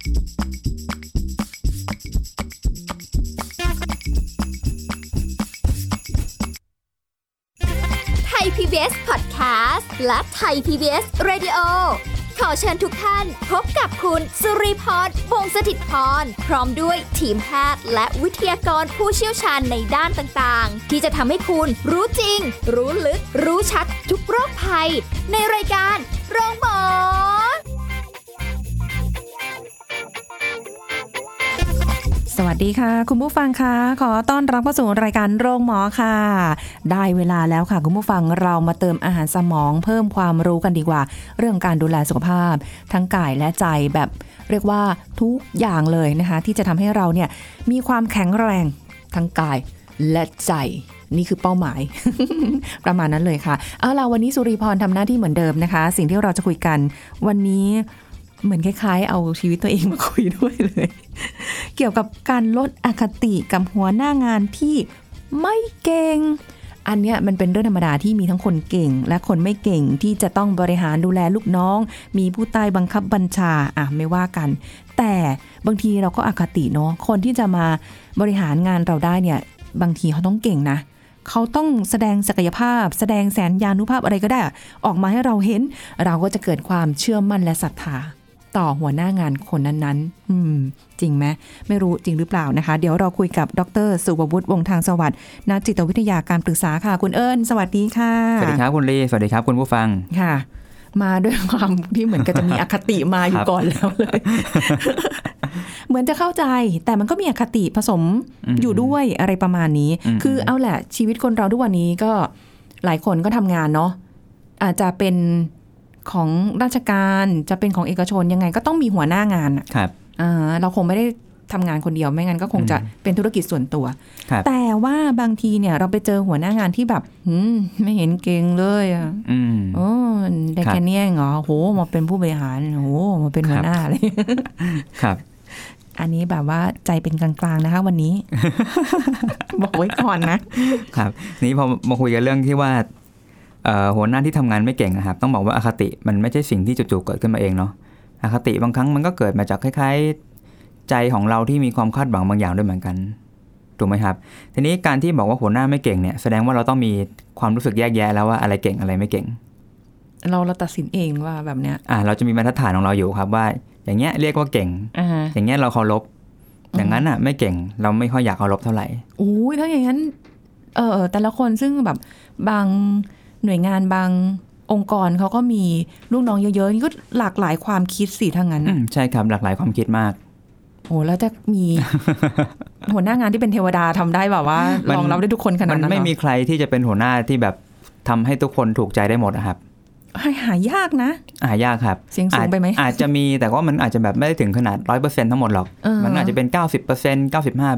ไทย PBS Podcast และ Thai PBS Radio ขอเชิญทุกท่านพบกับคุณสุริพร วงศ์สถิตย์พรพร้อมด้วยทีมแพทย์และวิทยากรผู้เชี่ยวชาญในด้านต่างๆที่จะทำให้คุณรู้จริงรู้ลึกรู้ชัดทุกโรคภัยในรายการโรงหมอสวัสดีค่ะคุณผู้ฟังค่ะขอต้อนรับเข้าสู่รายการโรงหมอค่ะได้เวลาแล้วค่ะคุณผู้ฟังเรามาเติมอาหารสมองเพิ่มความรู้กันดีกว่าเรื่องการดูแลสุขภาพทั้งกายและใจแบบเรียกว่าทุกอย่างเลยนะคะที่จะทำให้เราเนี่ยมีความแข็งแรงทั้งกายและใจนี่คือเป้าหมาย ประมาณนั้นเลยค่ะเอาล่ะวันนี้สุริพรทำหน้าที่เหมือนเดิมนะคะสิ่งที่เราจะคุยกันวันนี้เหมือนคล้ายๆเอาชีวิตตัวเองมาคุยด้วยเลย เกี่ยวกับการลดอคติกับหัวหน้างานที่ไม่เก่งอันเนี้ยมันเป็นเรื่องธรรมดาที่มีทั้งคนเก่งและคนไม่เก่งที่จะต้องบริหารดูแลลูกน้องมีผู้ใต้บังคับบัญชาไม่ว่ากันแต่บางทีเราก็อคติเนาะคนที่จะมาบริหารงานเราได้เนี่ยบางทีเขาต้องเก่งนะเขาต้องแสดงศักยภาพแสดงแสนยานุภาพอะไรก็ได้ออกมาให้เราเห็นเราก็จะเกิดความเชื่อมั่นและศรัทธาต่อหัวหน้างานคนนั้นๆจริงไหมไม่รู้จริงหรือเปล่านะคะเดี๋ยวเราคุยกับดร.สุวัฒน์วงศ์ทางสวัสดิ์นักจิตวิทยาการปรึกษาค่ะคุณเอิญสวัสดีค่ะสวัสดีครับคุณลีสวัสดีครับคุณผู้ฟังค่ะมาด้วยความที่เหมือนกับจะมีอคติมาอยู่ก่อนแล้วเลย เหมือนจะเข้าใจแต่มันก็มีอคติผสมอยู่ด้วยอะไรประมาณนี้คือเอาแหละชีวิตคนเราทุกวันนี้ก็หลายคนก็ทำงานเนาะอาจจะเป็นของราชการจะเป็นของเอกชนยังไงก็ต้องมีหัวหน้างานครับเราคงไม่ได้ทำงานคนเดียวไม่งั้นก็คงจะเป็นธุรกิจส่วนตัวแต่ว่าบางทีเนี่ยเราไปเจอหัวหน้างานที่แบบไม่เห็นเก่งเลยได้แค่นี้เหรอโหมาเป็นผู้บริหารโหมาเป็นหัวหน้าเลยครับอันนี้แบบว่าใจเป็นกลางๆนะคะวันนี้ บอกไว้ก่อนนะครับนี้พอมาคุยกันเรื่องที่ว่าหัวหน้าที่ทำงานไม่เก่งนะครับต้องบอกว่าอคติมันไม่ใช่สิ่งที่จู่ๆเกิดขึ้นมาเองเนาะอคติบางครั้งมันก็เกิดมาจากคล้ายๆใจของเราที่มีความคาดหวังบางอย่างด้วยเหมือนกันถูกไหมครับทีนี้การที่บอกว่าหัวหน้าไม่เก่งเนี่ยแสดงว่าเราต้องมีความรู้สึกแยกแยะแล้วว่าอะไรเก่งอะไรไม่เก่งเราตัดสินเองว่าแบบเนี้ยเราจะมีบรรทัดฐานของเราอยู่ครับว่าอย่างเงี้ยเรียกว่าเก่ง อย่างเงี้ยเราเคารพอย่างนั้นไม่เก่งเราไม่ค่อยอยากเคารพเท่าไหร่โอ้ยถ้าอย่างนั้นแต่ละคนซึ่งแบบบางหน่วยงานบางองค์กรเขาก็มีลูกน้องเยอะๆนี่ก็หลากหลายความคิดสิทั้งนั้นใช่ครับหลากหลายความคิดมากโอ้แล้วจะมี หัวหน้างานที่เป็นเทวดาทำได้แบบว่ารองรับได้ทุกคนขนาดนั้นมันไม่มีใครที่จะเป็นหัวหน้าที่แบบทำให้ทุกคนถูกใจได้หมดนะครับหายากนะยากครับเสียงสูงไปไหมอาจจะมีแต่ว่ามันอาจจะแบบไม่ได้ถึงขนาด 100% ทั้งหมดหรอกมันอาจจะเป็น 90%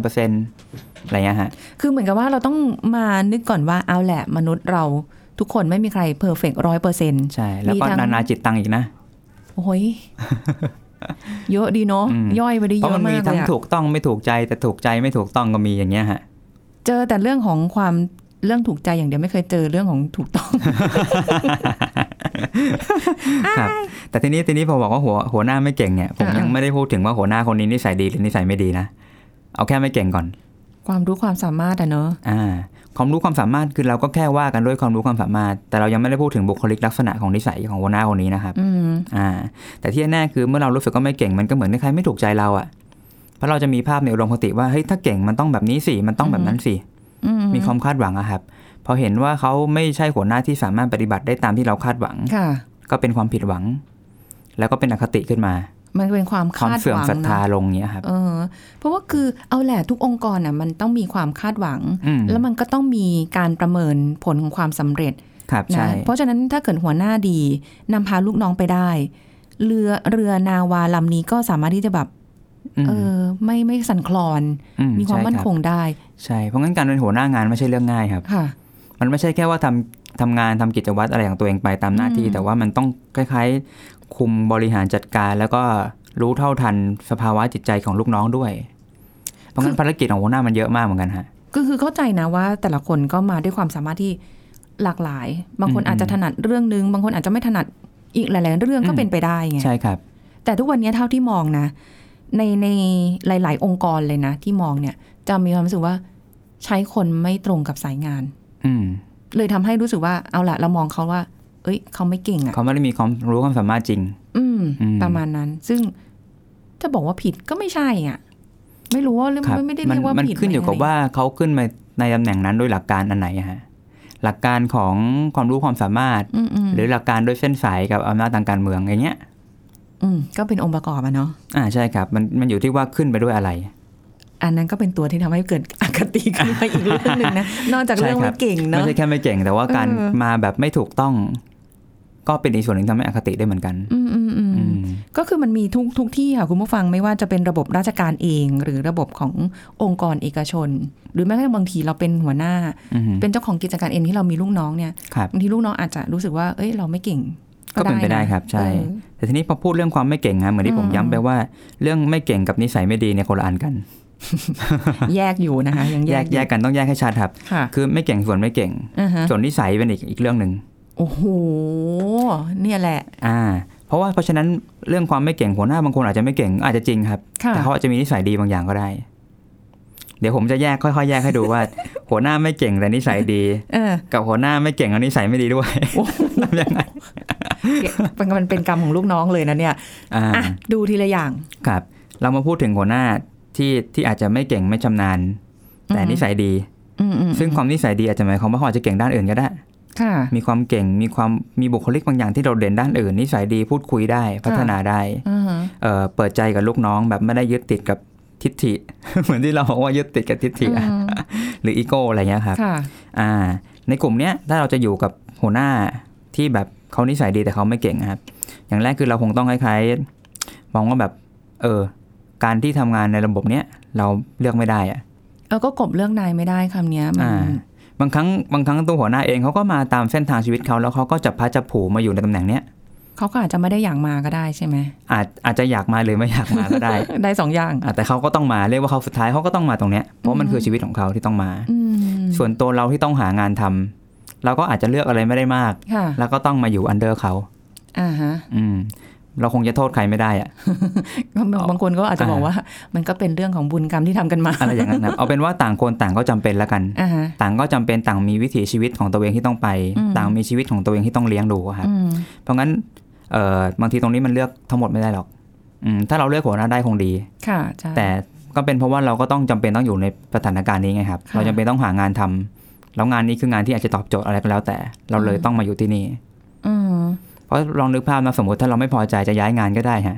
95% อะไรเงี้ยฮะคือเหมือนกับว่าเราต้องมานึกก่อนว่าเอาแหละมนุษย์เราทุกคนไม่มีใครเพอร์เฟกต์ 100% ใช่แล้วก็นานาจิตตังอีกนะโอ้ยเยอะดีเนาะย่อยไปได้เยอะมากเลยเพราะมันมีทั้งถูกต้องไม่ถูกใจแต่ถูกใจไม่ถูกต้องก็มีอย่างเงี้ยฮะเจอแต่เรื่องของความเรื่องถูกใจอย่างเดียวไม่เคยเจอเรื่องของถูกต้องครับแต่ทีนี้พอบอกว่าหัวหน้าไม่เก่งเนี่ยผมยังไม่ได้พูดถึงว่าหัวหน้าคนนี้นิสัยดีหรือนิสัยไม่ดีนะเอาแค่ไม่เก่งก่อนความรู้ความสามารถเนอะความรู้ความสามารถคือเราก็แค่ว่ากันด้วยความรู้ความสามารถแต่เรายังไม่ได้พูดถึงบุคลิกลักษณะของนิสัยของหัวหน้าคนนี้นะครับแต่ที่แน่คือเมื่อเรารู้สึกว่าไม่เก่งมันก็เหมือนใครไม่ถูกใจเราอ่ะเพราะเราจะมีภาพในอุดมคติว่าเฮ้ยถ้าเก่งมันต้องแบบนี้สิมันต้องแบบนั้นสิมีความคาดหวังอะครับพอเห็นว่าเขาไม่ใช่หัวหน้าที่สามารถปฏิบัติได้ตามที่เราคาดหวังก็เป็นความผิดหวังแล้วก็เป็นอคติขึ้นมามันเป็นความคาดหวังเสื่อมศรัทธาลงเนี้ยครับเพราะว่าคือเอาแหละทุกองค์กรน่ะมันต้องมีความคาดหวังแล้วมันก็ต้องมีการประเมินผลของความสำเร็จนะเพราะฉะนั้นถ้าเกิดหัวหน้าดีนำพาลูกน้องไปได้เรือนาวาลำนี้ก็สามารถที่จะแบบไม่สั่นคลอนมีความมั่นคงได้ใช่เพราะงั้นการเป็นหัวหน้างานไม่ใช่เรื่องง่ายครับมันไม่ใช่แค่ว่าทำงานทำกิจวัตรอะไรของตัวเองไปตามหน้าที่แต่ว่ามันต้องคล้ายๆคุมบริหารจัดการแล้วก็รู้เท่าทันสภาวะจิตใจของลูกน้องด้วยเพราะงั้นภารกิจของหัวหน้ามันเยอะมากเหมือนกันฮะก็คือเข้าใจนะว่าแต่ละคนก็มาด้วยความสามารถที่หลากหลายบางคนอาจจะถนัดเรื่องนึงบางคนอาจจะไม่ถนัดอีกหลายๆเรื่องก็เป็นไปได้ไงใช่ครับแต่ทุกวันนี้เท่าที่มองนะในหลายๆองค์กรเลยนะที่มองเนี่ยจะมีความรู้สึกว่าใช้คนไม่ตรงกับสายงานเลยทำให้รู้สึกว่าเอาละเรามองเขาว่าเอ้ยเขาไม่เก่งอ่ะเขาไม่ได้มีความรู้ความสามารถจริงประมาณนั้นซึ่งจะบอกว่าผิดก็ไม่ใช่อ่ะไม่รู้ว่าไม่ได้เรียกว่าผิดมันขึ้นอยู่กับว่าเขาขึ้นมาในตำแหน่งนั้นด้วยหลักการอันไหนฮะหลักการของความรู้ความสามารถหรือหลักการด้วยเส้นสายกับอำนาจทางการเมืองอย่างเงี้ยก็เป็นองค์ประกอบอะเนาะใช่ครับมันอยู่ที่ว่าขึ้นไปด้วยอะไรอันนั้นก็เป็นตัวที่ทำให้เกิดอคติขึ้นมาอีกเรื่องนึงนะนอกจากเรื่องไม่เก่งเนาะไม่ใช่แค่ไม่เก่งแต่ว่าการมาแบบไม่ถูกต้องก็เป็นอีกส่วนหนึ่งทำให้อคติได้เหมือนกันก็คือมันมีทุกที่ค่ะคุณผู้ฟังไม่ว่าจะเป็นระบบราชการเองหรือระบบขององค์กรเอกชนหรือแม้กระทั่งบางทีเราเป็นหัวหน้าเป็นเจ้าของกิจการเองที่เรามีลูกน้องเนี่ยบางทีลูกน้องอาจจะรู้สึกว่าเอ้ยเราไม่เก่งก็เป็นไปได้ครับใช่แต่ทีนี้พอพูดเรื่องความไม่เก่งนะเหมือนที่ผมย้ำไปว่าเรื่องไม่เก่งกับนิสัยไม่ดีเนี่ยคนละอันกันแยกอยู่นะคะยังแยกกันต้องแยกให้ชัดครับคือไม่เก่งส่วนไม่เก่งส่วนนิสัยเป็นอีกเรื่องนึงโอ้โหเนี่ยแหละเพราะฉะนั้นเรื่องความไม่เก่งหัวหน้าบางคนอาจจะไม่เก่งอาจจะจริงครับแต่เขาอาจจะมีนิสัยดีบางอย่างก็ได้เดี๋ยวผมจะค่อยๆแยกให้ดูว่าหัวหน้าไม่เก่งแต่นิสัยดีกับหัวหน้าไม่เก่งแล้วนิสัยไม่ดีด้วยทำยังไงมันเป็นกรรมของลูกน้องเลยนะเนี่ยดูทีละอย่างครับเรามาพูดถึงหัวหน้าที่อาจจะไม่เก่งไม่ชำนาญแต่นิสัยดีซึ่งความนิสัยดีอาจจะหมายความว่าเขาอาจจะเก่งด้านอื่นก็ได้มีความเก่งมีบุคลิกบางอย่างที่เราเด่นด้านอื่นนิสัยดีพูดคุยได้พัฒนาได้เปิดใจกับลูกน้องแบบไม่ได้ยึดติดกับทิฐิ เหมือนที่เราบอกว่ายึดติดกับทิฐิหรืออีโก้อะไรเงี้ยครับในกลุ่มเนี้ยถ้าเราจะอยู่กับหัวหน้าที่แบบเขานิสัยดีแต่เขาไม่เก่งครับอย่างแรกคือเราคงต้องคล้ายๆมองว่าแบบการที่ทำงานในระบบเนี้ยเราเลือกไม่ได้อะก็กบเลือกนายไม่ได้คำนี้บางครั้งตัวหัวหน้าเองเขาก็มาตามเส้นทางชีวิตเขาแล้วเขาก็จับพลัดจับผลูมาอยู่ในตำแหน่งเนี้ยเขาก็อาจจะไม่ได้อยากมาก็ได้ใช่ไหมอาจจะอยากมาหรือไม่อยากมาก็ได้ได้2 อย่างแต่เขาก็ต้องมาเรียกว่าเขาสุดท้ายเขาก็ต้องมาตรงเนี้ยเพราะมันคือชีวิตของเขาที่ต้องมาส่วนตัวเราที่ต้องหางานทำเราก็อาจจะเลือกอะไรไม่ได้มากแล้วก็ต้องมาอยู่อันเดอร์เขาเราคงจะโทษใครไม่ได้อะบางคนก็อาจจะบอกว่ามันก็เป็นเรื่องของบุญกรรมที่ทำกันมาอะไรอย่างนั้นนะเอาเป็นว่าต่างคนต่างก็จำเป็นแล้วกันต่างก็จำเป็นต่างมีวิถีชีวิตของตัวเองที่ต้องไปต่างมีชีวิตของตัวเองที่ต้องเลี้ยงดูครับเพราะงั้นบางทีตรงนี้มันเลือกทั้งหมดไม่ได้หรอกถ้าเราเลือกหัวหน้าได้คงดีแต่ก็เป็นเพราะว่าเราก็ต้องจำเป็นต้องอยู่ในสถานการณ์นี้ไงครับเราจำเป็นต้องหางานทำแล้วงานนี้คืองานที่อาจจะตอบโจทย์อะไรก็แล้วแต่เราเลยต้องมาอยู่ที่นี่เพราะลองนึกภาพนะสมมติถ้าเราไม่พอใจจะย้ายงานก็ได้ฮะ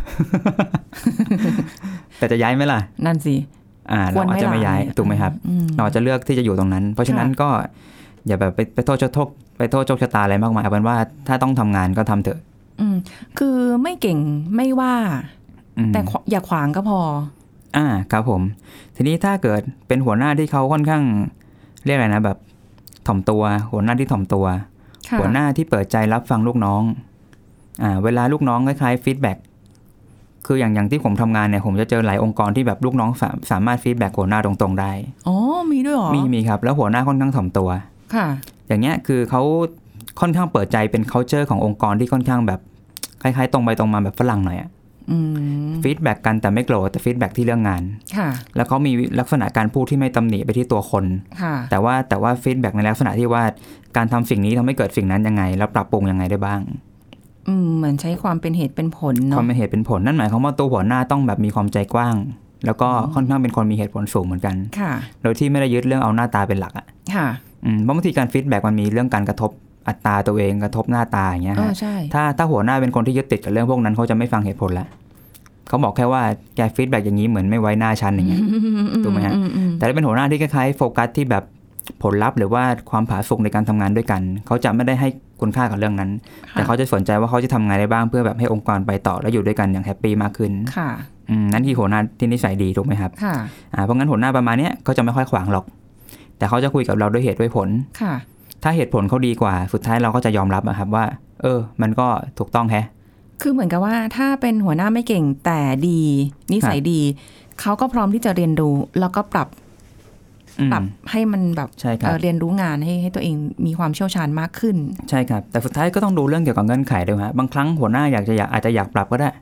แต่จะย้ายไหมล่ะนั่นสิเราอาจจะไม่ย้ายถูกไหมครับเราจะเลือกที่จะอยู่ตรงนั้นเพราะฉะนั้นก็อย่าแบบไปโทษโชคชะตาอะไรมากมายเอาเป็นว่าถ้าต้องทำงานก็ทำเถอะคือไม่เก่งไม่ว่าแต่อย่าขวางก็พอครับผมทีนี้ถ้าเกิดเป็นหัวหน้าที่เขาค่อนข้างเรียกอะไรนะแบบถ่อมตัวหัวหน้าที่ถ่อมตัวหัวหน้าที่เปิดใจรับฟังลูกน้องเวลาลูกน้องคล้ายๆฟีดแบ็กคืออย่างที่ผมทำงานเนี่ยผมจะเจอหลายองค์กรที่แบบลูกน้องสามารถฟีดแบ็กหัวหน้าตรงๆได้มีด้วยหรอมีครับแล้วหัวหน้าค่อนข้างถ่อมตัวอย่างเงี้ยคือเขาค่อนข้างเปิดใจเป็น culture ขององค์กรที่ค่อนข้างแบบคล้ายๆตรงไปตรงมาแบบฝรั่งหน่อยฟีดแบ็กกันแต่ไม่โกรธแต่ฟีดแบ็กที่เรื่องงานแล้วเขามีลักษณะการพูดที่ไม่ตำหนิไปที่ตัวคนแต่ว่าฟีดแบ็กในลักษณะที่ว่าการทำสิ่งนี้ทำให้เกิดสิ่งนั้นยังไงแล้วปรับปรุงยังไงได้บ้างเหมือนใช้ความเป็นเหตุเป็นผลเนาะความเป็นเหตุเป็นผลนั่นหมายความว่าตัวหัวหน้าต้องแบบมีความใจกว้างแล้วก็ค่อนข้างเป็นคนมีเหตุผลสูงเหมือนกันโดยที่ไม่ได้ยึดเรื่องเอาหน้าตาเป็นหลักเพราะบางทีการฟีดแบ็กมันมีเรื่องการกระทบอัตราตัวเองกระทบหน้าตาอย่างเงี้ยถ้าหัวหน้าเป็นคนที่ยึดติดกับเรื่องพวกนั้นเขาจะไม่ฟังเหตุผลละเขาบอกแค่ว่าแกฟีดแบ็กอย่างนี้เหมือนไม่ไว้หน้าชั้นอย่างเงี้ยถูกไหมฮะแต่ถ้าเป็นหัวหน้าที่คล้ายๆโฟกัสที่แบบผลลัพธ์หรือว่าความผาสุกในการทำงานด้วยกันเขาจะไม่ได้ให้คุณค่ากับเรื่องนั้นแต่เขาจะสนใจว่าเขาจะทำงานได้บ้างเพื่อแบบให้องค์กรไปต่อและอยู่ด้วยกันอย่างแฮปปี้มากขึ้นนั่นที่หัวหน้าที่นิสัยดีถูกไหมครับเพราะงั้นหัวหน้าประมาณนี้เขาจะไม่ค่อยขวางหรอกแต่เขาจะคุยกับเราด้วยเหตุด้วยผลถ้าเหตุผลเขาดีกว่าสุดท้ายเราก็จะยอมรับนะครับว่ามันก็ถูกต้องแฮะคือเหมือนกับว่าถ้าเป็นหัวหน้าไม่เก่งแต่ดีนิสัยดีเขาก็พร้อมที่จะเรียนรู้แล้วก็ปรับให้มันแบบเรียนรู้งานให้ตัวเองมีความเชี่ยวชาญมากขึ้นใช่ครับแต่สุดท้ายก็ต้องดูเรื่องเกี่ยวกับเงื่อนไขด้วยฮะบางครั้งหัวหน้าอาจจะอยากปรับก็ได้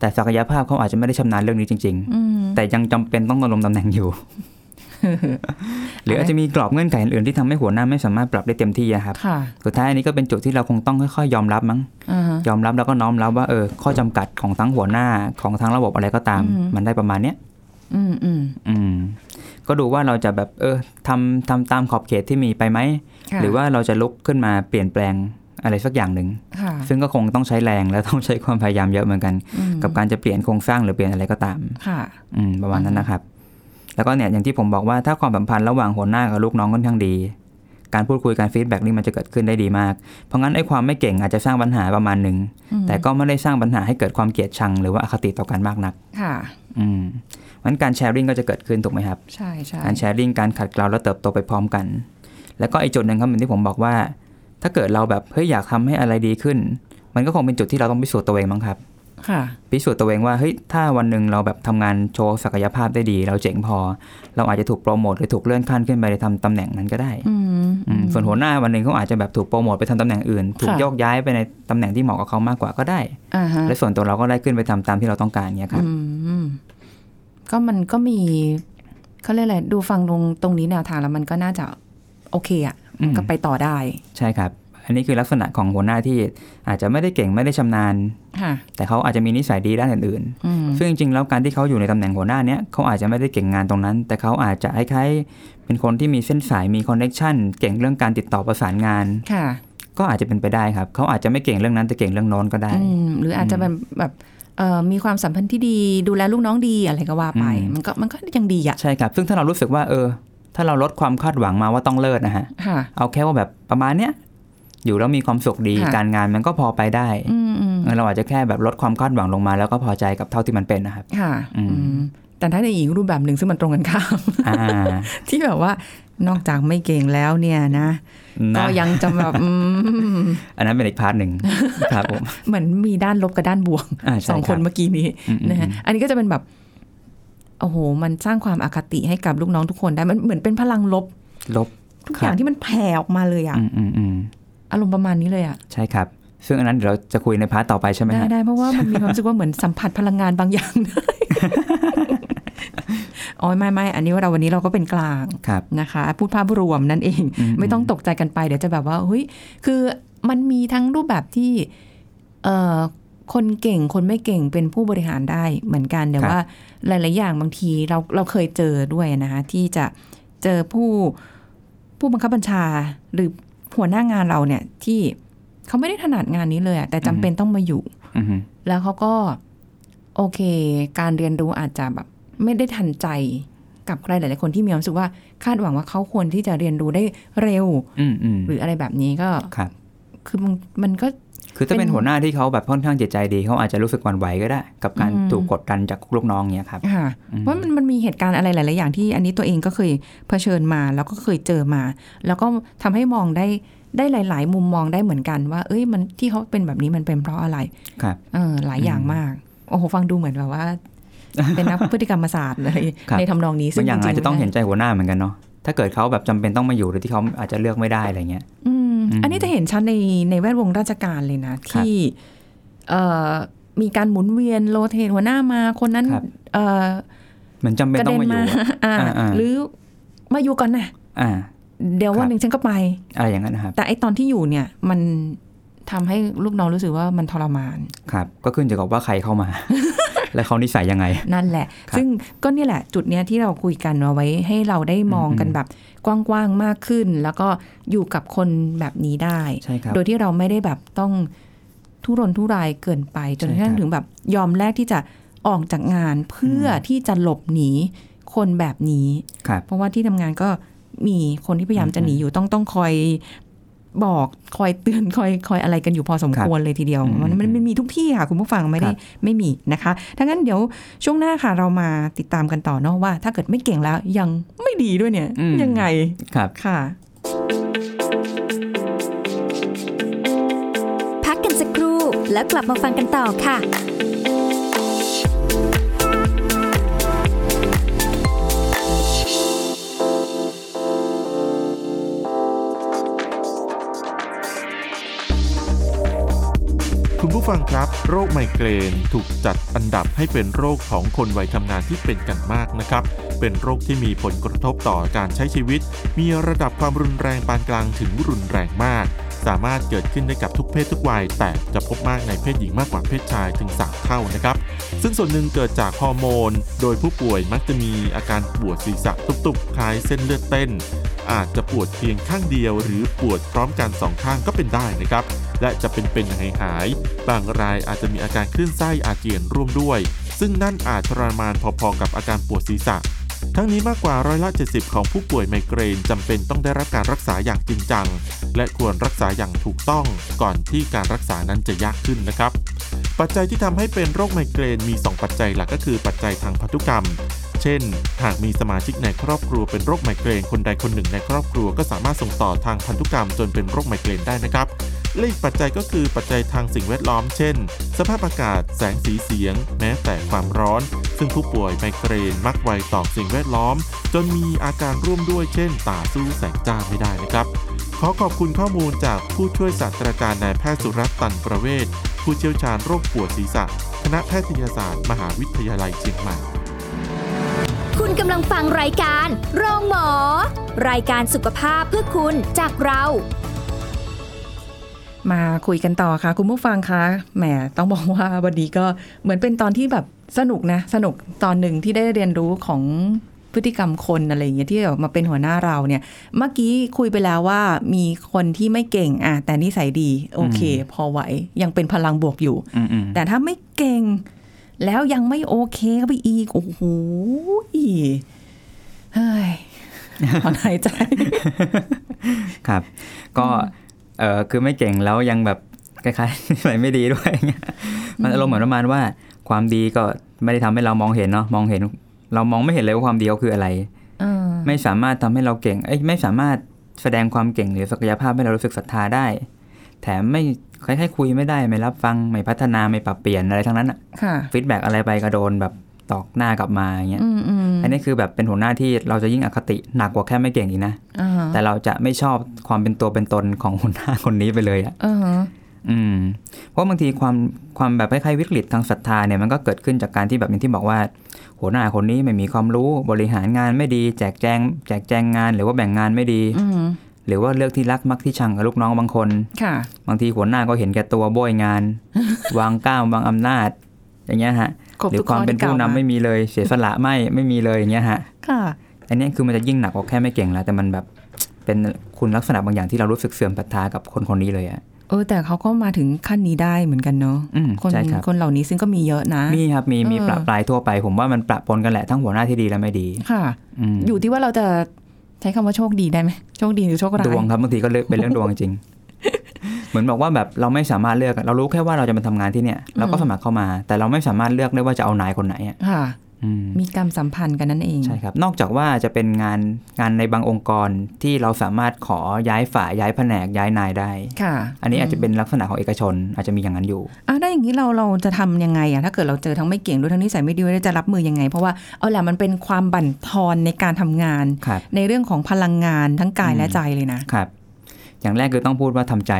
แต่ศักยภาพเขาอาจจะไม่ได้ชำนาญเรื่องนี้จริงๆแต่ยังจำเป็นต้องดำรงตำแหน่งอยู่ หรืออาจจะมีกรอบเงื่อนไขอื่นๆที่ทำให้หัวหน้าไม่สามารถปรับได้เต็มที่ครับสุดท้ายอันนี้ก็เป็นจุดที่เราคงต้องค่อยๆยอมรับมั้งยอมรับแล้วก็น้อมรับว่าข้อจำกัดของทั้งหัวหน้าของทั้งระบบอะไรก็ตามมันได้ประมาณเนี้ยก็ดูว่าเราจะแบบทำตามขอบเขตที่มีไปไหมหรือว่าเราจะลุกขึ้นมาเปลี่ยนแปลงอะไรสักอย่างหนึ่งซึ่งก็คงต้องใช้แรงและต้องใช้ความพยายามเยอะเหมือนกันกับการจะเปลี่ยนโครงสร้างหรือเปลี่ยนอะไรก็ตามประมาณนั้นนะครับแล้วก็เนี่ยอย่างที่ผมบอกว่าถ้าความสัมพันธ์ระหว่างหัวหน้ากับลูกน้องค่อนข้างดีการพูดคุยการฟีดแบ็กนี่มันจะเกิดขึ้นได้ดีมากเพราะงั้นไอ้ความไม่เก่งอาจจะสร้างปัญหาประมาณนึงแต่ก็ไม่ได้สร้างปัญหาให้เกิดความเกลียดชังหรือว่าอคติต่อกันมากนักงั้นการแชร์ริ่งก็จะเกิดขึ้นถูกไหมครับใช่การแชร์ริ่งการขัดเกลาแล้วเติบโตไปพร้อมกันแล้วก็ไอ้จุดนึงครับเหมือนที่ผมบอกว่าถ้าเกิดเราแบบเฮ้ยอยากทำให้อะไรดีขึ้นมันก็คงเป็นจุดที่เราต้องพิสูจน์ตัวเองมั้งครับพิสูจน์ตัวเองว่าเฮ้ยถ้าวันนึงเราแบบทำงานโชว์ศักยภาพได้ดีเราเจ๋งพอเราอาจจะถูกโปรโมทหรือถูกเลื่อนขั้นขึ้นไปในทำตำแหน่งนั้นก็ได้ส่วนหัวหน้าวันนึงเขาอาจจะแบบถูกโปรโมทไปทำตำแหน่งอื่นถูกโยกย้ายไปในตำแหน่งที่เหมาะกับเขามากกว่าก็ได้และส่วนตัวเราก็ได้ขึ้นไปทำตามที่เราต้องการเนี่ยครับก็มันก็มีเขาเรียกอะไรดูฟังตรงนี้แนวทางแล้วมันก็น่าจะโอเคอ่ะก็ไปต่อได้ใช่ครับอันนี้คือลักษณะของหัวหน้าที่อาจจะไม่ได้เก่งไม่ได้ชำนาญแต่เขาอาจจะมีนิสัยดีด้านอื่นๆซึ่งจริงๆแล้วการที่เขาอยู่ในตำแหน่งหัวหน้าเนี้ยเขาอาจจะไม่ได้เก่งงานตรงนั้นแต่เขาอาจจะคล้ายๆเป็นคนที่มีเส้นสายมีคอนเนคชั่นเก่งเรื่องการติดต่อประสานงานก็อาจจะเป็นไปได้ครับเขาอาจจะไม่เก่งเรื่องนั้นแต่เก่งเรื่องโน้นก็ได้หรืออาจจะแบบมีความสัมพันธ์ที่ดีดูแลลูกน้องดีอะไรก็ว่าไปมันก็ยังดีอ่ะใช่ครับซึ่งถ้าเรารู้สึกว่าถ้าเราลดความคาดหวังมาว่าต้องเลิศนะฮะเอาแค่ว่าแบบประมาณเนี้ยอยู่แล้วมีความสุขดีการงานมันก็พอไปได้เราอาจจะแค่แบบลดความคาดหวังลงมาแล้วก็พอใจกับเท่าที่มันเป็นนะครับแต่ถ้าในอีกรูปแบบหนึ่งซึ่งมันตรงกันข้ามที่แบบว่านอกจากไม่เก่งแล้วเนี่ยนะก็ยังจะแบบอันนั้นเป็นอีกพาร์ทหนึ่งครับผมเหมือนมีด้านลบกับด้านบวกสองคนเมื่อกี้นี้นะฮะอันนี้ก็จะเป็นแบบโอ้โหมันสร้างความอคติให้กับลูกน้องทุกคนได้มันเหมือนเป็นพลังลบทุกอย่างที่มันแผ่ออกมาเลยอ่ะอารมณ์ประมาณนี้เลยอ่ะใช่ครับซึ่งอันนั้นเดี๋ยวเราจะคุยในพาร์ทต่อไปใช่ไหมได้เพราะว่ามันมีความรู้สึกว่าเหมือนสัมผัสพลังงานบางอย่างได้อ๋อไม่อันนี้ว่าวันนี้เราก็เป็นกลางนะคะพูดภาพรวมนั่นเองไม่ต้องตกใจกันไปเดี๋ยวจะแบบว่าเฮ้ยคือมันมีทั้งรูปแบบที่คนเก่งคนไม่เก่งเป็นผู้บริหารได้เหมือนกันแต่ว่าหลายๆอย่างบางทีเราเคยเจอด้วยนะคะที่จะเจอผู้บังคับบัญชาหรือหัวหน้างานเราเนี่ยที่เขาไม่ได้ถนัดงานนี้เลยแต่จำเป็นต้องมาอยู่แล้วเขาก็โอเคการเรียนรู้อาจจะแบบไม่ได้ทันใจกับใครหลายๆคนที่มีความรู้สึกว่าคาดหวังว่าเขาควรที่จะเรียนรู้ได้เร็วหรืออะไรแบบนี้ก็คือมันก็คือถ้าเป็นหัวหน้าที่เขาแบบค่อนข้างจิตใจดีเขาอาจจะรู้สึกหวั่นไหวก็ได้กับการถูกกดดันจากลูกน้องเนี้ยครับเพราะมันมีเหตุการณ์อะไรหลายๆอย่างที่อันนี้ตัวเองก็เคยเผชิญมาแล้วก็เคยเจอมาแล้วก็ทำให้มองได้หลายๆมุมมองได้เหมือนกันว่ามันที่เขาเป็นแบบนี้มันเป็นเพราะอะไรครับหลายอย่างมากโอ้โหฟังดูเหมือนแบบว่าเป็นนักพฤติกรรมศาสตร์เลยในทำนองนี้ซึ่งอย่างไรจะต้องเห็นใจหัวหน้าเหมือนกันเนาะถ้าเกิดเขาแบบจำเป็นต้องมาอยู่หรือที่เขาอาจจะเลือกไม่ได้อะไรเงี้ยอันนี้จะเห็นชัดในแวดวงราชการเลยนะที่มีการหมุนเวียนโรเทตหัวหน้ามาคนนั้นเหมือนจำเป็นต้องมาอยู่หรือมาอยู่ก่อนนะเดี๋ยววันหนึ่งฉันก็ไปอะไรอย่างนั้นนะครับแต่ไอตอนที่อยู่เนี่ยมันทำให้ลูกน้องรู้สึกว่ามันทรมานครับก็ขึ้นอยู่กับว่าใครเข้ามา และเขานิสัยยังไงนั่นแหละซึ่งก็นี่แหละจุดเนี้ยที่เราคุยกันเอาไว้ให้เราได้มองกันแบบกว้างๆมากขึ้นแล้วก็อยู่กับคนแบบนี้ได้โดยที่เราไม่ได้แบบต้องทุรนทุรายเกินไปจนกระทั่งถึงแบบยอมแลกที่จะออกจากงานเพื่อที่จะหลบหนีคนแบบนี้เพราะว่าที่ทำงานก็มีคนที่พยายามจะหนีอยู่ต้องคอยบอกคอยเตือนคอยอะไรกันอยู่พอสมควรเลยทีเดียวมันมีทุกที่ค่ะคุณผู้ฟังไม่มีนะคะทั้งนั้นเดี๋ยวช่วงหน้าค่ะเรามาติดตามกันต่อเนาะว่าถ้าเกิดไม่เก่งแล้วยังไม่ดีด้วยเนี่ยยังไงครับค่ะพักกันสักครู่แล้วกลับมาฟังกันต่อค่ะคุณผู้ฟังฟังครับโรคไมเกรนถูกจัดอันดับให้เป็นโรคของคนวัยทำงานที่เป็นกันมากนะครับเป็นโรคที่มีผลกระทบต่อการใช้ชีวิตมีระดับความรุนแรงปานกลางถึงรุนแรงมากสามารถเกิดขึ้นได้กับทุกเพศทุกวัยแต่จะพบมากในเพศหญิงมากกว่าเพศชายถึง3 เท่านะครับซึ่งส่วนหนึ่งเกิดจากฮอร์โมนโดยผู้ป่วยมักจะมีอาการปวดศีรษะตุบๆคล้ายเส้นเลือดเต้นอาจจะปวดเพียงข้างเดียวหรือปวดพร้อมกัน2 ข้างก็เป็นได้นะครับและจะเป็นหายบางรายอาจจะมีอาการคลื่นไส้อาเจียนร่วมด้วยซึ่งนั่นอาจทรมานพอๆกับอาการปวดศีรษะทั้งนี้มากกว่า70%ของผู้ป่วยไมเกรนจำเป็นต้องได้รับการรักษาอย่างจริงจังและควรรักษาอย่างถูกต้องก่อนที่การรักษานั้นจะยากขึ้นนะครับปัจจัยที่ทำให้เป็นโรคไมเกรนมี2 ปัจจัยหลักก็คือปัจจัยทางพันธุกรรมเช่นหากมีสมาชิกในครอบครัวเป็นโรคไมเกรนคนใดคนหนึ่งในครอบครัวก็สามารถส่งต่อทางพันธุกรรมจนเป็นโรคไมเกรนได้นะครับและอีกปัจจัยก็คือปัจจัยทางสิ่งแวดล้อมเช่นสภาพอากาศแสงสีเสียงแม้แต่ความร้อนซึ่งผู้ป่วยไมเกรนมักไวต่อสิ่งแวดล้อมจนมีอาการร่วมด้วยเช่นตาสู้แสงจ้าไม่ได้นะครับขอขอบคุณข้อมูลจากผู้ช่วยศาสตราจารย์นายแพทย์สุรัตน์ ตันประเวศผู้เชี่ยวชาญโรคปวดศีรษะคณะแพทยศาสตร์มหาวิทยาลัยเชียงใหม่คุณกำลังฟังรายการโรงหมอรายการสุขภาพเพื่อคุณจากเรามาคุยกันต่อค่ะคุณผู้ฟังคะแหมต้องบอกว่าวันนี้ก็เหมือนเป็นตอนที่แบบสนุกตอนหนึ่งที่ได้เรียนรู้ของพฤติกรรมคนอะไรอย่างเงี้ยที่แบบมาเป็นหัวหน้าเราเนี่ยเมื่อกี้คุยไปแล้วว่ามีคนที่ไม่เก่งแต่นิสัยดีโอเคพอไหวยังเป็นพลังบวกอยู่แต่ถ้าไม่เก่งแล้วยังไม่โอเคก็ไปอีกโอ้โหเฮ้ยถอนหายใจครับก็คือไม่เก่งแล้วยังแบบคล้ายๆอะไรไม่ดีด้วยมันอารมณ์เหมือนประมาณว่าความดีก็ไม่ได้ทำให้เรามองเห็นเนาะมองเห็นเรามองไม่เห็นเลยว่าความดีคืออะไรไม่สามารถทำให้เราเก่งไม่สามารถแสดงความเก่งหรือศักยภาพให้เรารู้สึกศรัทธาได้แถมไม่คล้ายๆคุยไม่ได้ไม่รับฟังไม่พัฒนาไม่ปรับเปลี่ยนอะไรทั้งนั้นอ่ะฟีดแบ็กอะไรไปก็โดนแบบตอกหน้ากลับมาอย่างเงี้ยอันนี้คือแบบเป็นหัวหน้าที่เราจะยิ่งอคติหนักกว่าแค่ไม่เก่งอีกนะแต่เราจะไม่ชอบความเป็นตัวเป็นตนของหัวหน้าคนนี้ไปเลยอ่ะเพราะบางทีความแบบคล้ายๆวิกฤตทางศรัทธาเนี่ยมันก็เกิดขึ้นจากการที่แบบอย่างที่บอกว่าหัวหน้าคนนี้ไม่มีความรู้บริหารงานไม่ดีแจกแจงงานหรือว่าแบ่งงานไม่ดีหรือว่าเลือกที่รักมักที่ชังกับลูกน้องบางคนบางทีหัวหน้าก็เห็นแก่ตัวโบยงาน วางก้าววางอำนาจอย่างเงี้ยฮะหรือความเป็นผู้นำไม่มีเลยเสียสละไม่มีเลยอย่างเงี้ยฮะอันนี้คือมันจะยิ่งหนักกว่าแค่ไม่เก่งแล้วแต่มันแบบเป็นคุณลักษณะบางอย่างที่เรารู้สึกเสื่อมศรัทธากับคนนี้เลยอะแต่เขาก็มาถึงขั้นนี้ได้เหมือนกันเนาะคนเหล่านี้ซึ่งก็มีเยอะนะมีครับมีประปรายทั่วไปผมว่ามันประปนกันแหละทั้งหัวหน้าที่ดีและไม่ดีค่ะอยู่ที่ว่าเราจะใช้คำว่าโชคดีได้ไหมโชคดีหรือโชคร้ายดวงครับบางทีก็เป็นเรื่องดวงจริงเหมือนบอกว่าแบบเราไม่สามารถเลือกเรารู้แค่ว่าเราจะมาทำงานที่เนี่ยเราก็สมัครเข้ามาแต่เราไม่สามารถเลือกได้ว่าจะเอานายคนไหนอ่ะมีกรรมสัมพันธ์กันนั่นเองใช่ครับนอกจากว่าจะเป็นงานในบางองค์กรที่เราสามารถขอย้ายฝ่ายย้ายแผนกย้ายนายได้ค่ะอันนี้อาจจะเป็นลักษณะของเอกชนอาจจะมีอย่างนั้นอยู่ได้อย่างนี้เราจะทำยังไงถ้าเกิดเราเจอทั้งไม่เก่งด้วยทั้งนิสัยไม่ดีจะรับมือยังไงเพราะว่าเอาแหละมันเป็นความบั่นทอนในการทำงานในเรื่องของพลังงานทั้งกายและใจเลยนะครับอย่างแรกคือต้องพูดว่าทำใจ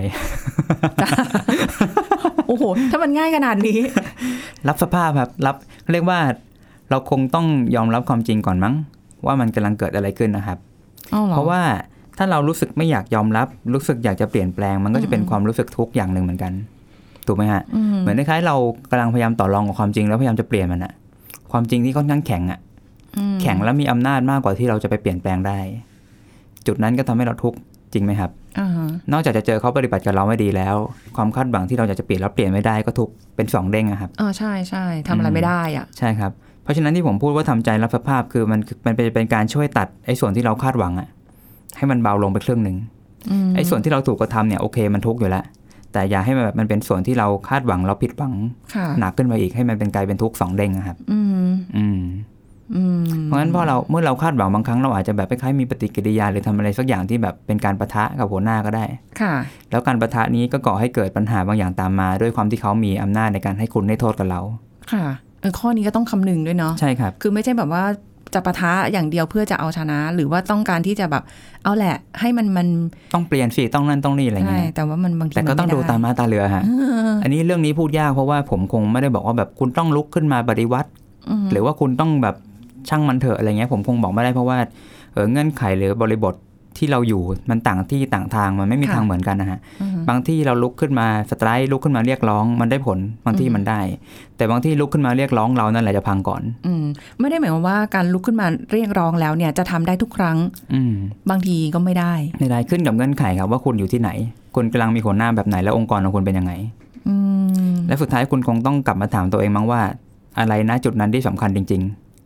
โอ้โหถ้ามันง่ายขนาดนี้รับสภาพครับรับเรียกว่าเราคงต้องยอมรับความจริงก่อนมั้งว่ามันกำลังเกิดอะไรขึ้นนะครับเพราะว่าถ้าเรารู้สึกไม่อยากยอมรับรู้สึกอยากจะเปลี่ยนแปลงมันก็จะเป็นความรู้สึกทุกข์อย่างหนึ่งเหมือนกันถูกไหมฮะเหมือนคล้ายๆเรากำลังพยายามต่อรองกับความจริงแล้วพยายามจะเปลี่ยนมันอะความจริงที่ค่อนข้างแข็งอะแข็งแล้วมีอำนาจมากกว่าที่เราจะไปเปลี่ยนแปลงได้จุดนั้นก็ทำให้เราทุกข์จริงไหมครับนอกจากจะเจอเขาปฏิบัติกับเราไม่ดีแล้วความคาดหวังที่เราจะเปลี่ยนแล้วเปลี่ยนไม่ได้ก็ทุกเป็น2เด้งอะครับใช่ใช่ทำอะไรไม่ได้อะใช่ครับเพราะฉะนั้นที่ผมพูดว่าทำใจรับสภาพคือมันเป็นการช่วยตัดไอ้ส่วนที่เราคาดหวังอะให้มันเบาลงไปครึ่งนึงไอ้ส่วนที่เราถูกกระทำเนี่ยโอเคมันทุกข์อยู่แล้วแต่อย่าให้มันเป็นส่วนที่เราคาดหวังเราผิดหวังหนักขึ้นไปอีกให้มันเป็นกลายเป็นทุกข์2เด้งครับเพราะงั้นเมื่อเราคาดหวังบางครั้งเราอาจจะแบบคล้ายๆมีปฏิกิริยาหรือทำอะไรสักอย่างที่แบบเป็นการปะทะกับหัวหน้าก็ได้แล้วการปะทะนี้ก็ก่อให้เกิดปัญหาบางอย่างตามมาด้วยความที่เขามีอำนาจในการให้คุณให้โทษกับเราค่ะข้อนี้ก็ต้องคำนึงด้วยเนาะใช่ครับคือไม่ใช่แบบว่าจะปะทะอย่างเดียวเพื่อจะเอาชนะหรือว่าต้องการที่จะแบบเอาแหละให้มันต้องเปลี่ยนสิต้องนั่นต้องนี่อะไรเงี้ยแต่ว่ามันบางทีแต่ก็ต้องดูตามมาตาเรือฮะอันนี้เรื่องนี้พูดยากเพราะว่าผมคงไม่ได้บอกว่าแบบคุณต้องลุกขึ้นมาปฏิวัติหรือว่าคุณต้องแบบช่างมันเถอะอะไรเงี้ยผมคงบอกไม่ได้เพราะว่าเงื่อนไขหรือบริบทที่เราอยู่มันต่างที่ต่างทางมันไม่มีทางเหมือนกันนะฮะบางที่เราลุกขึ้นมาสไตร์ลุกขึ้นมาเรียกร้องมันได้ผลบางที่มันได้แต่บางที่ลุกขึ้นมาเรียกร้องเรานั่นแหละจะพังก่อนไม่ได้หมายความว่าการลุกขึ้นมาเรียกร้องแล้วเนี่ยจะทำได้ทุกครั้งบางทีก็ไม่ได้ขึ้นกับเงื่อนไขครับว่าคุณอยู่ที่ไหนคุณกำลังมีหัวหน้าแบบไหนแล้วองค์กรของคุณเป็นยังไงและสุดท้ายคุณคงต้องกลับมาถามตัวเองมั้งว่าอะไรนะจุดนั้นที่สำคัญจริง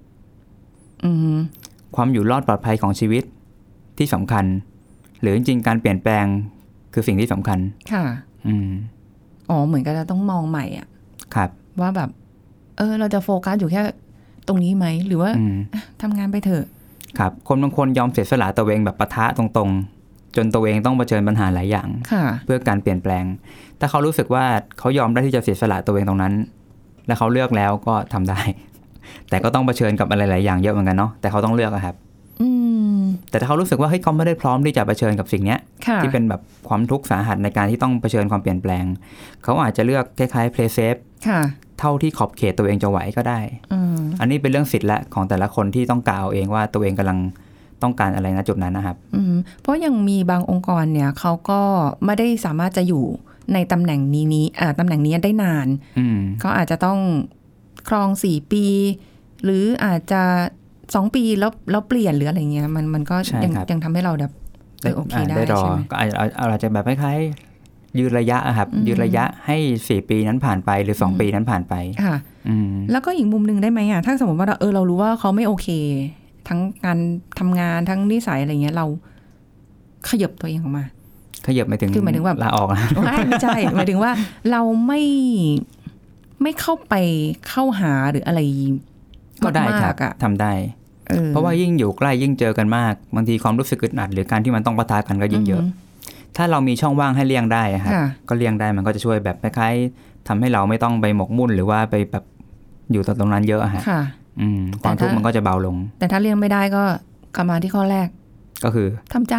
ๆความอยู่รอดปลอดภัยของชีวิตที่สำคัญหรือจริงๆการเปลี่ยนแปลงคือสิ่งที่สำคัญค่ะเหมือนกับเราต้องมองใหม่อ่ะครับว่าแบบเราจะโฟกัสอยู่แค่ตรงนี้ไหมหรือว่าทำงานไปเถอะครับคนบางคนยอมเสียสละตัวเองแบบปะทะตรงๆจนตัวเองต้องเผชิญปัญหาหลายอย่างเพื่อการเปลี่ยนแปลงถ้าเขารู้สึกว่าเขายอมได้ที่จะเสียสละตัวเองตรงนั้นและเขาเลือกแล้วก็ทำได้แต่ก็ต้องเผชิญกับอะไรหลายอย่างเยอะเหมือนกันเนาะแต่เขาต้องเลือกครับแต่ถ้าเขารู้สึกว่าเฮ้ยเขาไม่ได้พร้อมที่จะเผชิญกับสิ่งนี้ที่เป็นแบบความทุกข์สาหัสในการที่ต้องเผชิญความเปลี่ยนแปลงเขาอาจจะเลือกคล้ายๆ play safe เท่าที่ขอบเขตตัวเองจะไหวก็ได้อันนี้เป็นเรื่องสิทธิ์และของแต่ละคนที่ต้องกล่าวเองว่าตัวเองกำลังต้องการอะไรณจุดนั้นนะครับเพราะยังมีบางองค์กรเนี่ยเขาก็ไม่ได้สามารถจะอยู่ในตำแหน่งนี้ตำแหน่งนี้ได้นานเขาอาจจะต้องครอง4 ปีหรืออาจจะ2 ปีแล้วเปลี่ยนหรืออะไรเงี้ยมันก็ยังทำให้เราแบบโอเคได้ใช่ไหมก็อาจจะแบบคล้ายๆยืนระยะครับยืนระยะให้4 ปีนั้นผ่านไปหรือ2 ปีนั้นผ่านไปค่ะแล้วก็อีกมุมนึงได้ไหมอ่ะถ้าสมมติว่าเรารู้ว่าเขาไม่โอเคทั้งการทำงานทั้งนิสัยอะไรเงี้ยเราขยับตัวเองออกมาขยับหมายถึงคือหมายถึงว่าลาออกนะไม่ใช่หมายถึงว่าเราไม่เข้าหาหรืออะไรก็ได้ครับทำได้เพราะว่ายิ่งอยู่ใกล้ยิ่งเจอกันมากบางทีความรู้สึกอึดอัดหรือการที่มันต้องปะทะกันก็ยิ่งเยอะถ้าเรามีช่องว่างให้เลี่ยงได้ครับก็เลี่ยงได้มันก็จะช่วยแบบคล้ายๆทำให้เราไม่ต้องไปหมกมุ่นหรือว่าไปแบบอยู่ตรงนั้นเยอะฮะความทุกข์มันก็จะเบาลงแต่ถ้าเลี่ยงไม่ได้ก็กลับมาที่ข้อแรกก็คือทำใจ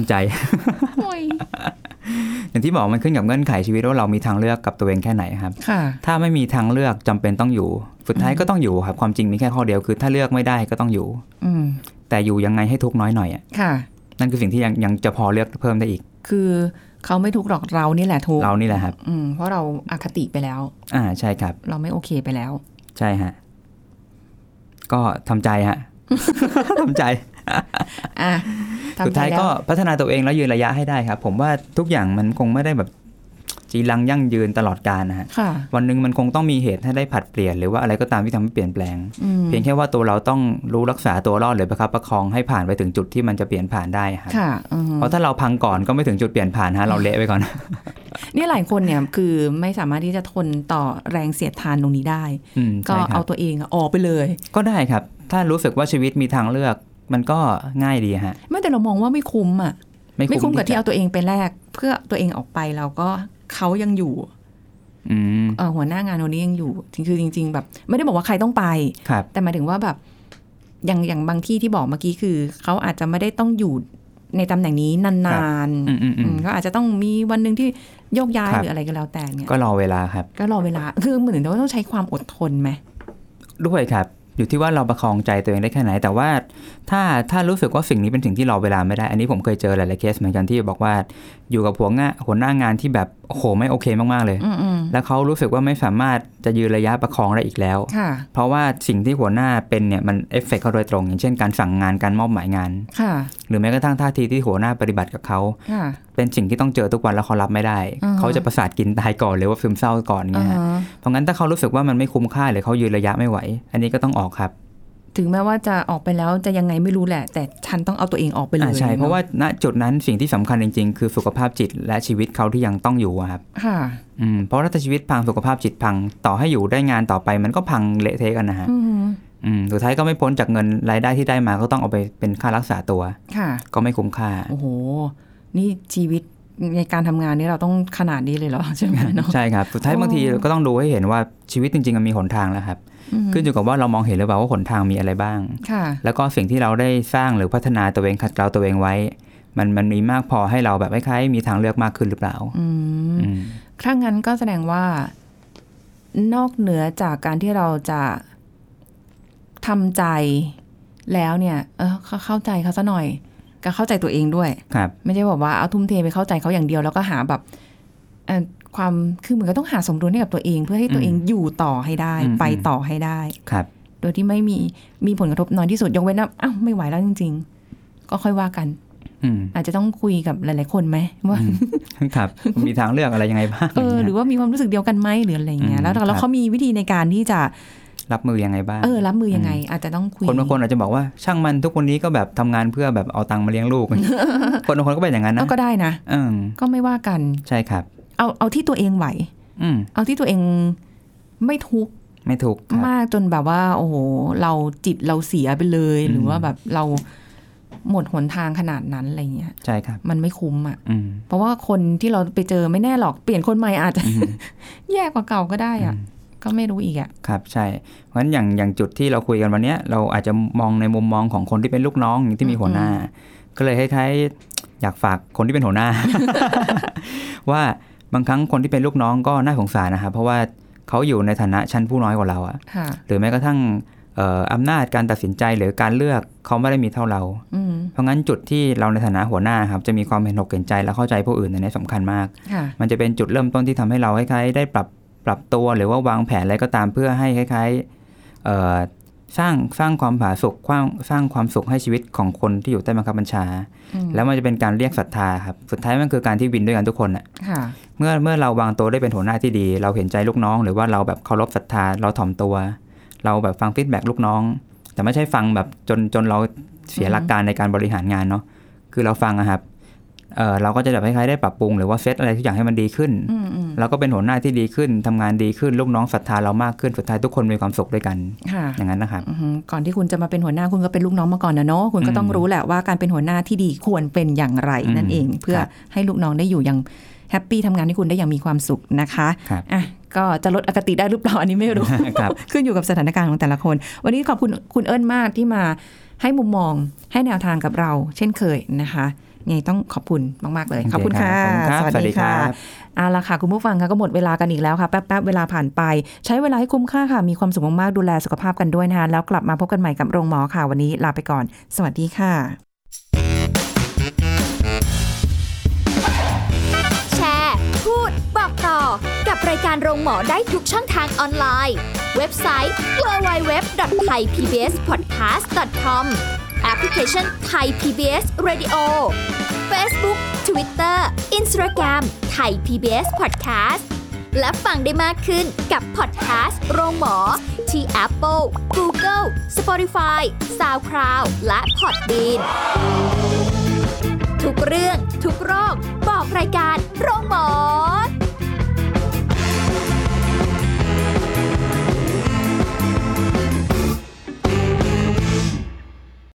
อย่างที่บอกมันขึ้นกับเงื่อนไขชีวิตว่าเรามีทางเลือกกับตัวเองแค่ไหนครับถ้าไม่มีทางเลือกจำเป็นต้องอยู่สุดท้ายก็ต้องอยู่ครับความจริงมีแค่ข้อเดียวคือถ้าเลือกไม่ได้ก็ต้องอยู่แต่อยู่ยังไงให้ทุกน้อยหน่อยนั่นคือสิ่งที่ยังจะพอเลือกเพิ่มได้อีกคือเขาไม่ทุกข์หรอกเรานี่แหละทุกข์เรานี่แหละครับเพราะเราอคติไปแล้วใช่ครับเราไม่โอเคไปแล้วใช่ฮะก็ทำใจฮะ ทำใจสุดท้ายก็พัฒนาตัวเองแล้วยืนระยะให้ได้ครับผมว่าทุกอย่างมันคงไม่ได้แบบจีรังยั่งยืนตลอดกาลนะฮะวันนึงมันคงต้องมีเหตุให้ได้ผัดเปลี่ยนหรือว่าอะไรก็ตามที่ทำให้เปลี่ยนแปลงเพียงแค่ว่าตัวเราต้องรู้รักษาตัวรอดหรือประคับประคองให้ผ่านไปถึงจุดที่มันจะเปลี่ยนผ่านได้ครับเพราะถ้าเราพังก่อนก็ไม่ถึงจุดเปลี่ยนผ่านฮะเราเละไปก่อนนี่หลายคนเนี่ยคือไม่สามารถที่จะทนต่อแรงเสียดทานตรงนี้ได้ก็เอาตัวเองออกไปเลยก็ได้ครับถ้ารู้สึกว่าชีวิตมีทางเลือกมันก็ง่ายดีฮะไม่แต่เรามองว่าไม่คุ้มอ่ะไม่คุ้มกับที่เอาตัวเองไปแลกเพื่อตัวเองออกไปแล้วก็เขายังอยู่หัวหน้างานคนนี้ยังอยู่คือจริงๆแบบไม่ได้บอกว่าใครต้องไปแต่หมายถึงว่าแบบอย่างบางที่ที่บอกเมื่อกี้คือเขาอาจจะไม่ได้ต้องอยู่ในตำแหน่งนี้นานๆก็อาจจะต้องมีวันนึงที่โยกย้ายหรืออะไรก็แล้วแต่เนี่ยก็รอเวลาครับก็รอเวลาคือเหมือนว่าต้องใช้ความอดทนไหมด้วยครับอยู่ที่ว่าเราประคองใจตัวเองได้แค่ไหนแต่ว่าถ้ารู้สึกว่าสิ่งนี้เป็นสิ่งที่รอเวลาไม่ได้อันนี้ผมเคยเจอหลายๆเคสเหมือนกันที่บอกว่าอยู่กับหัวหน้างานที่แบบโอ้โหไม่โอเคมากๆเลยแล้วเขารู้สึกว่าไม่สามารถจะยืนระยะประคองได้อีกแล้วเพราะว่าสิ่งที่หัวหน้าเป็นเนี่ยมันเอฟเฟกต์เขาโดยตรงอย่างเช่นการสั่งงานการมอบหมายงานหรือแม้กระทั่งท่าทีที่หัวหน้าปฏิบัติกับเขาเป็นสิ่งที่ต้องเจอทุกวันแล้วเขารับไม่ได้เขาจะประสาทกินตายก่อนหรือว่าซึมเศร้าก่อนเงี้ยเพราะงั้นถ้าเขารู้สึกว่ามันไม่คุ้มค่าหรือเขายืนระยะไม่ไหวอันนี้ก็ต้องออกครับถึงแม้ว่าจะออกไปแล้วจะยังไงไม่รู้แหละแต่ฉันต้องเอาตัวเองออกไปเลยใช่เพราะว่าณจุดนั้นสิ่งที่สำคัญจริงๆคือสุขภาพจิตและชีวิตเขาที่ยังต้องอยู่ครับเพราะถ้าชีวิตพังสุขภาพจิตพังต่อให้อยู่ได้งานต่อไปมันก็พังเละเทะกันนะฮะสุดท้ายก็ไม่พ้นจากเงินรายได้ที่ได้มาก็ต้องเอาไปเป็นค่ารักษาตัวก็ไม่คุ้มค่าโอ้โหนี่ชีวิตในการทำงานนี้เราต้องขนาดนี้เลยเหรอใช่ไหมเนาะใช่ครับสุดท้ายบางทีก็ต้องดูให้เห็นว่าชีวิตจริงๆมันมีหนทางแล้วครับขึ้นอยู่กับว่าเรามองเห็นหรือเปล่าว่าหนทางมีอะไรบ้างแล้วก็สิ่งที่เราได้สร้างหรือพัฒนาตัวเองขัดเกลาตัวเองไว้มันมีมากพอให้เราแบบคล้ายๆมีทางเลือกมากขึ้นหรือเปล่าถ้างั้นก็แสดงว่านอกเหนือจากการที่เราจะทำใจแล้วเนี่ยเข้าใจเขาซะหน่อยก็เข้าใจตัวเองด้วยไม่ใช่บอกว่าเอาทุ่มเทไปเข้าใจเขาอย่างเดียวแล้วก็หาแบบความคือเหมือนก็ต้องหาสมดุลให้กับตัวเองเพื่อให้ตัวเองอยู่ต่อให้ได้ไปต่อให้ได้โดยที่ไม่มีผลกระทบน้อยที่สุดยกเว้นว่าอ้าวไม่ไหวแล้วจริงๆก็ค่อยว่ากันอาจจะต้องคุยกับหลายๆคนไหมว่าครับมีทางเลือกอะไรยังไงบ้างหรือว่ามีความรู้สึกเดียวกันไหมหรืออะไรอย่างเงี้ยแล้วเขามีวิธีในการที่จะรับมือยังไงบ้างรับมือยังไงอาจจะต้องคุยคนบางคนอาจจะบอกว่าช่างมันทุกคนนี้ก็แบบทำงานเพื่อแบบเอาตังค์มาเลี้ยงลูก คนบางคนก็เป็นอย่างนั้นนะก็ได้นะก็ไม่ว่ากันใช่ครับเอาที่ตัวเองไหวเอาที่ตัวเองไม่ทุกข์มากจนแบบว่าโอ้โหเราจิตเราเสียไปเลยหรือว่าแบบเราหมดหนทางขนาดนั้นอะไรเงี้ยใช่ครับมันไม่คุ้มอ่ะเพราะว่าคนที่เราไปเจอไม่แน่หรอกเปลี่ยนคนใหม่อาจจะแย่กว่าเก่าก็ได้อ่ะก็ไม่รู้อีกอ่ะครับใช่เพราะฉะนั้นอย่างจุดที่เราคุยกันวันนี้เราอาจจะมองในมุมมองของคนที่เป็นลูกน้องที่มีหัวหน้าก็เลยคล้ายๆอยากฝากคนที่เป็นหัวหน้า ว่าบางครั้งคนที่เป็นลูกน้องก็น่าสงสารนะครับเพราะว่าเขาอยู่ในฐานะชั้นผู้น้อยกว่าเราอ่ะหรือแม้กระทั่งอำนาจการตัดสินใจหรือการเลือกเขาไม่ได้มีเท่าเราเพราะงั้นจุดที่เราในฐานะหัวหน้าครับจะมีความเห็นอกเห็นใจและเข้าใจผู้อื่นในนี้สำคัญมากมันจะเป็นจุดเริ่มต้นที่ทำให้เราคล้ายๆได้ปรับตัวหรือว่าวางแผนอะไรก็ตามเพื่อให้คล้ายๆสร้างความผาสุกสร้างความสุขให้ชีวิตของคนที่อยู่ใต้บังคับบัญชาแล้วมันจะเป็นการเรียกศรัทธาครับสุดท้ายมันคือการที่วินด้วยกันทุกคนอ่ะเมื่อเราวางตัวได้เป็นหัวหน้าที่ดีเราเห็นใจลูกน้องหรือว่าเราแบบเคารพศรัทธาเราถ่อมตัวเราแบบฟังฟีดแบ็กลูกน้องแต่ไม่ใช่ฟังแบบจนเราเสียหลักการในการบริหารงานเนาะคือเราฟังครับเราก็จะแบบคล้ายๆได้ปรับปรุงหรือว่าเซตอะไรทุกอย่างให้มันดีขึ้นเราก็เป็นหัวหน้าที่ดีขึ้นทำงานดีขึ้นลูกน้องศรัทธาเรามากขึ้นสุดท้ายทุกคนมีความสุขด้วยกันอย่างนั้นนะครับก่อนที่คุณจะมาเป็นหัวหน้าคุณก็เป็นลูกน้องมาก่อนนะเนาะคุณก็ต้องรู้แหละว่าการเป็นหัวหน้าที่ดีควรเป็นอย่างไรนั่นเองเพื่อให้ลูกน้องได้อยู่อย่างแฮปปี้ทำงานที่คุณได้อย่างมีความสุขนะคะก็จะลดอคติได้หรือเปล่าอันนี้ไม่รู้ ขึ้นอยู่กับสถานการณ์ของแต่ละคนวันนี้ขอบคุณคุณเอิ้นมากที่มาให้มุมมองให้แนวทางกับเราเช่นเคยนะคะไงต้องขอบคุณมากๆเลยขอบคุณค่ะสวัสดีค่ะเอาล่ะค่ะคุณผู้ฟังค่ะก็หมดเวลากันอีกแล้วค่ะแป๊บๆเวลาผ่านไปใช้เวลาให้คุ้มค่าค่ะมีความสุขมากๆดูแลสุขภาพกันด้วยนะคะแล้วกลับมาพบกันใหม่กับโรงหมอค่ะวันนี้ลาไปก่อนสวัสดีค่ะแชร์พูดบอกต่อกับรายการโรงหมอได้ทุกช่องทางออนไลน์เว็บไซต์ www.thaipbspodcast.com แอปพลิเคชัน Thai PBS Radio Facebook Twitter Instagram Thai PBS Podcast และฟังได้มากขึ้นกับพอดแคสต์โรงหมอที่ Apple, Google, Spotify, SoundCloud และ Podbean ทุกเรื่องทุกโรคบอกรายการโรงหมอ